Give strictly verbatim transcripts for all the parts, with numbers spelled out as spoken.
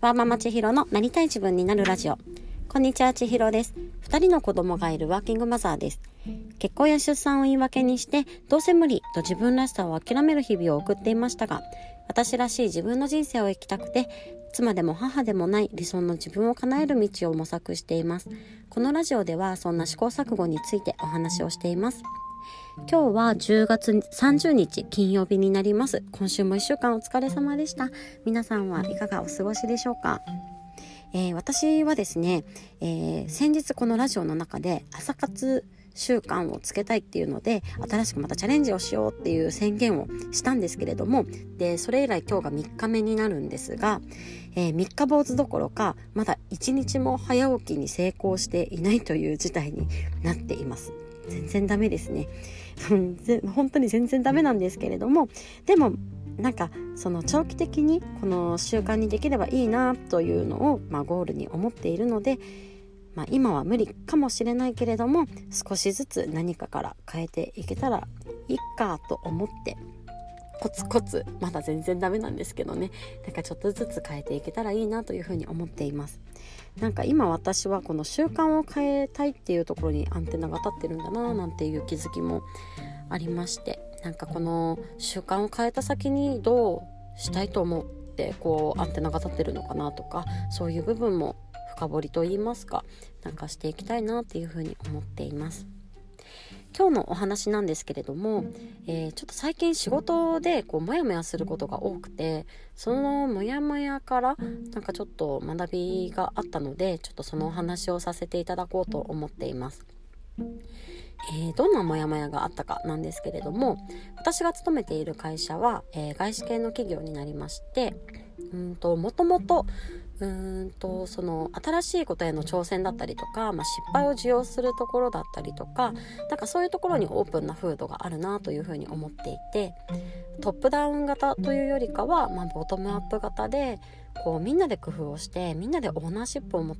ワーママ千尋のなりたい自分になるラジオ。こんにちは、千尋です。二人の子供がいるワーキングマザーです。結婚や出産を言い訳にしてどうせ無理と自分らしさを諦める日々を送っていましたが、私らしい自分の人生を生きたくて、妻でも母でもない理想の自分を叶える道を模索しています。このラジオではそんな試行錯誤についてお話をしています。今日はじゅうがつさんじゅうにち金曜日になります。今週もいっしゅうかんお疲れ様でした。皆さんはいかがお過ごしでしょうか。えー、私はですね、えー、先日このラジオの中で朝活習慣をつけたいっていうので、新しくまたチャレンジをしようっていう宣言をしたんですけれども、でそれ以来今日がみっかめになるんですが、えー、三日坊主どころかまだいちにちも早起きに成功していないという事態になっています。全然ダメですね本当に全然ダメなんですけれども、でもなんかその長期的にこの習慣にできればいいなというのを、まあ、ゴールに思っているので、まあ、今は無理かもしれないけれども、少しずつ何かから変えていけたらいいかと思ってコツコツ、まだ全然ダメなんですけどね、なんかちょっとずつ変えていけたらいいなというふうに思っています。なんか今私はこの習慣を変えたいっていうところにアンテナが立ってるんだななんていう気づきもありまして、なんかこの習慣を変えた先にどうしたいと思ってこうアンテナが立ってるのかなとか、そういう部分も深掘りと言いますか、なんかしていきたいなっていうふうに思っています。今日のお話なんですけれども、えー、ちょっと最近仕事でこうモヤモヤすることが多くて、そのモヤモヤからなんかちょっと学びがあったので、ちょっとそのお話をさせていただこうと思っています。えー、どんなモヤモヤがあったかなんですけれども、私が勤めている会社は、えー、外資系の企業になりまして、うんともともとうーんとその新しいことへの挑戦だったりとか、まあ、失敗を受容するところだったりとか、なんかそういうところにオープンな風土があるなというふうに思っていて、トップダウン型というよりかは、まあ、ボトムアップ型でこうみんなで工夫をしてみんなでオーナーシップを持って、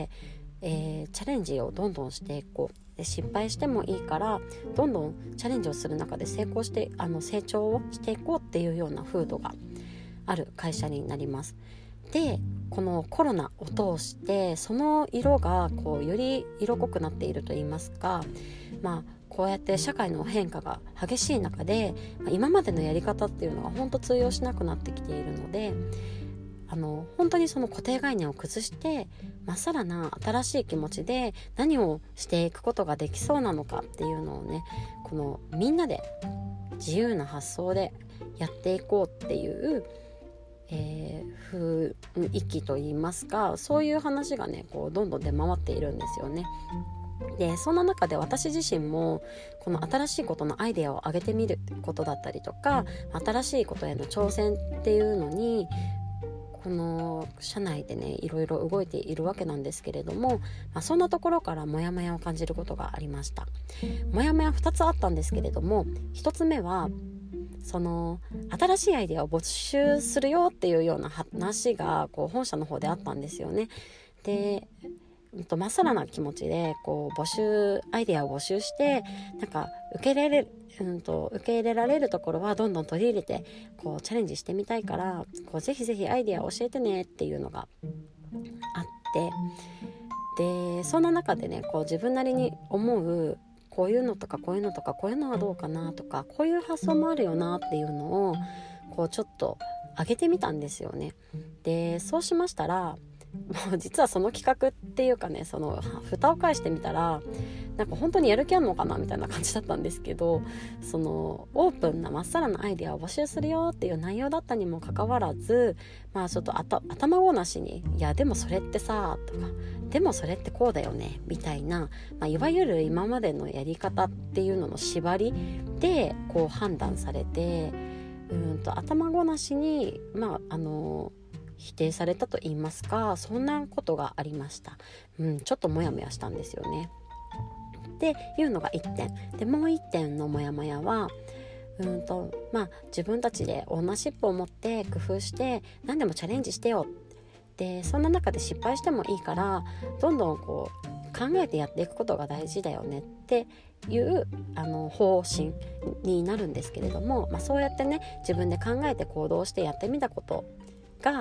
えー、チャレンジをどんどんしていこう、で失敗してもいいからどんどんチャレンジをする中で成功してあの成長をしていこうっていうような風土がある会社になります。でこのコロナを通してその色がこうより色濃くなっているといいますか、まあこうやって社会の変化が激しい中で、まあ、今までのやり方っていうのが本当通用しなくなってきているので、あの本当にその固定概念を崩してまっさらな新しい気持ちで何をしていくことができそうなのかっていうのをね、このみんなで自由な発想でやっていこうっていうえー、雰囲気といいますか、そういう話がねこうどんどん出回っているんですよね。でそんな中で私自身もこの新しいことのアイデアを上げてみることだったりとか、新しいことへの挑戦っていうのにこの社内でねいろいろ動いているわけなんですけれども、まあ、そんなところからモヤモヤを感じることがありました。モヤモヤふたつあったんですけれども、ひとつめはその新しいアイデアを募集するよっていうような話がこう本社の方であったんですよね。でまっさらな気持ちでこう募集アイデアを募集して、なんか受け入れる、うんと、受け入れられるところはどんどん取り入れてこうチャレンジしてみたいから、こうぜひぜひアイデアを教えてねっていうのがあって、でそんな中でねこう自分なりに思うこういうのとかこういうのとかこういうのはどうかなとか、こういう発想もあるよなっていうのをこうちょっと上げてみたんですよね。でそうしましたら、もう実はその企画っていうかね、その蓋を返してみたらなんか本当にやる気あんのかなみたいな感じだったんですけど、そのオープンなまっさらなアイデアを募集するよっていう内容だったにもかかわらず、まあちょっと頭ごなしに、いやでもそれってさとか、でもそれってこうだよねみたいな、まあ、いわゆる今までのやり方っていうのの縛りでこう判断されて、うんと頭ごなしにまああの否定されたと言いますか、そんなことがありました。うん、ちょっとモヤモヤしたんですよね。っていうのがいってんで、もういってんのモヤモヤはうんとまあ自分たちでオーナーシップを持って工夫して何でもチャレンジしてよ、でそんな中で失敗してもいいからどんどんこう考えてやっていくことが大事だよねっていうあの方針になるんですけれども、まあ、そうやってね自分で考えて行動してやってみたことが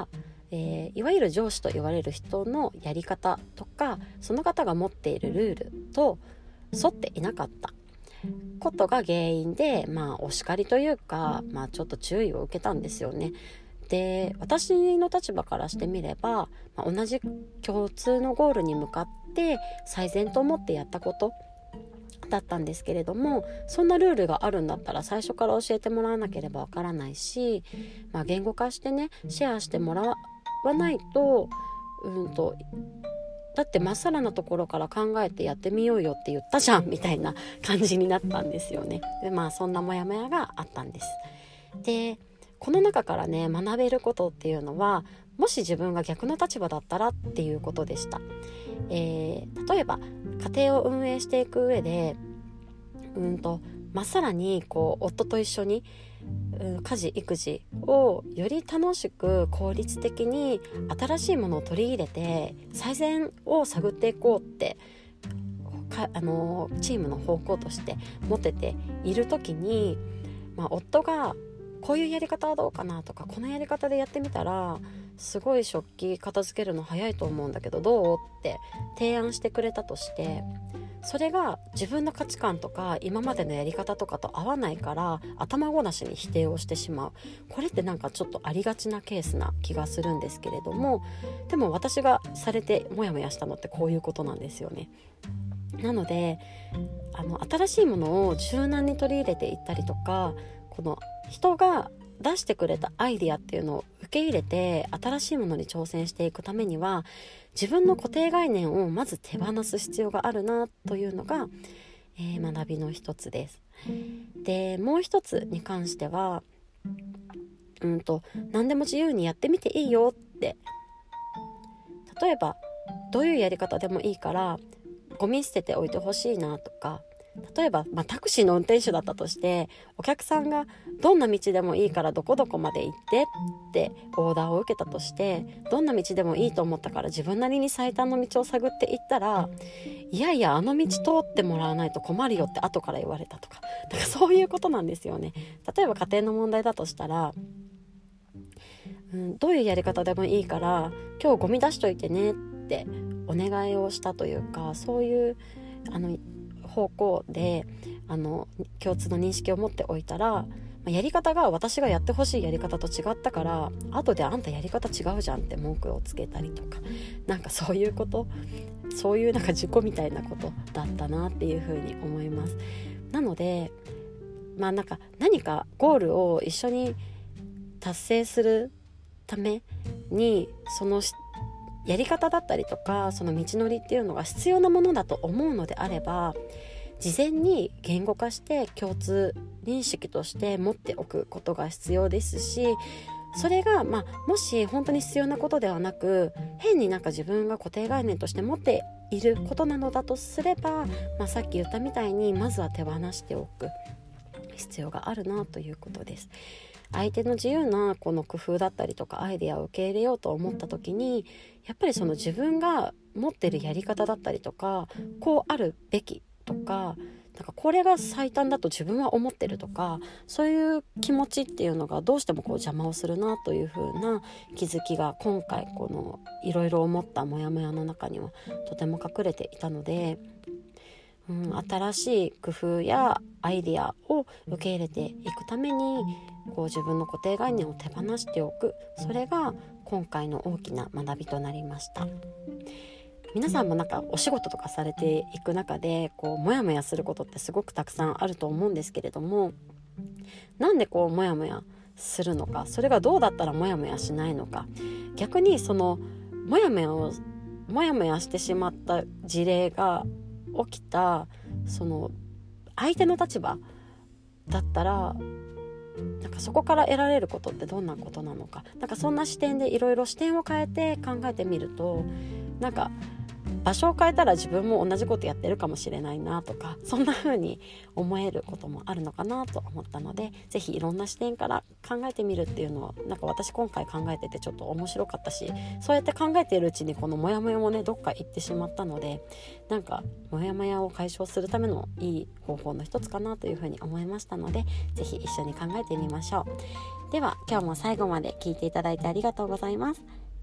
えー、いわゆる上司と言われる人のやり方とか、その方が持っているルールと沿っていなかったことが原因で、まあお叱りというか、まあちょっと注意を受けたんですよね。で、私の立場からしてみれば、まあ、同じ共通のゴールに向かって最善と思ってやったことだったんですけれども、そんなルールがあるんだったら最初から教えてもらわなければわからないし、まあ、言語化してねシェアしてもらわないと、うんとだってまっさらなところから考えてやってみようよって言ったじゃんみたいな感じになったんですよね。で、まあそんなモヤモヤがあったんです。で、この中からね学べることっていうのは、もし自分が逆の立場だったらっていうことでした。えー、例えば家庭を運営していく上で、うんとまっさらにこう夫と一緒に、うん、家事育児をより楽しく効率的に新しいものを取り入れて最善を探っていこうってかあのチームの方向として持てている時に、まあ、夫がこういうやり方はどうかなとか、このやり方でやってみたらすごい食器片付けるの早いと思うんだけどどうって提案してくれたとして、それが自分の価値観とか今までのやり方とかと合わないから頭ごなしに否定をしてしまう。これってなんかちょっとありがちなケースな気がするんですけれども、でも私がされてモヤモヤしたのってこういうことなんですよね。なのであの新しいものを柔軟に取り入れていったりとか、この人が出してくれたアイディアっていうのを受け入れて新しいものに挑戦していくためには、自分の固定概念をまず手放す必要があるなというのが、えー、学びの一つです。で、もう一つに関しては、うんと何でも自由にやってみていいよって、例えばどういうやり方でもいいからゴミ捨てておいてほしいなとか、例えば、まあ、タクシーの運転手だったとして、お客さんがどんな道でもいいからどこどこまで行ってってオーダーを受けたとして、どんな道でもいいと思ったから自分なりに最短の道を探っていったら、いやいやあの道通ってもらわないと困るよって後から言われたとか、だからそういうことなんですよね。例えば家庭の問題だとしたら、うん、どういうやり方でもいいから今日ゴミ出しといてねってお願いをしたというか、そういうあの方向であの共通の認識を持っておいたら、まあ、やり方が私がやってほしいやり方と違ったから後であんたやり方違うじゃんって文句をつけたりとか、なんかそういうことそういうなんか事故みたいなことだったなっていうふうに思います。なのでまあなんか何かゴールを一緒に達成するためにそのやり方だったりとかその道のりっていうのが必要なものだと思うのであれば、事前に言語化して共通認識として持っておくことが必要ですし、それが、まあ、もし本当に必要なことではなく変になんか自分が固定概念として持っていることなのだとすれば、まあ、さっき言ったみたいにまずは手放しておく必要があるなということです。相手の自由なこの工夫だったりとかアイデアを受け入れようと思った時に、やっぱりその自分が持ってるやり方だったりとか、こうあるべきとか、なんかこれが最短だと自分は思ってるとか、そういう気持ちっていうのがどうしてもこう邪魔をするなという風な気づきが今回このいろいろ思ったモヤモヤの中にはとても隠れていたので、うん、新しい工夫やアイディアを受け入れていくためにこう自分の固定概念を手放しておく、それが今回の大きな学びとなりました。皆さんもなんかお仕事とかされていく中でこうモヤモヤすることってすごくたくさんあると思うんですけれども、なんでこうモヤモヤするのか、それがどうだったらモヤモヤしないのか、逆にそのモヤモヤをモヤモヤしてしまった事例が起きたその相手の立場だったらなんかそこから得られることってどんなことなのか、なんかそんな視点でいろいろ視点を変えて考えてみると、なんか場所を変えたら自分も同じことやってるかもしれないなとか、そんな風に思えることもあるのかなと思ったので、ぜひいろんな視点から考えてみるっていうのはなんか私今回考えててちょっと面白かったし、そうやって考えているうちにこのモヤモヤもねどっか行ってしまったので、なんかモヤモヤを解消するためのいい方法の一つかなという風に思いましたので、ぜひ一緒に考えてみましょう。では今日も最後まで聞いていただいてありがとうございます。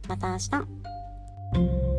また明日。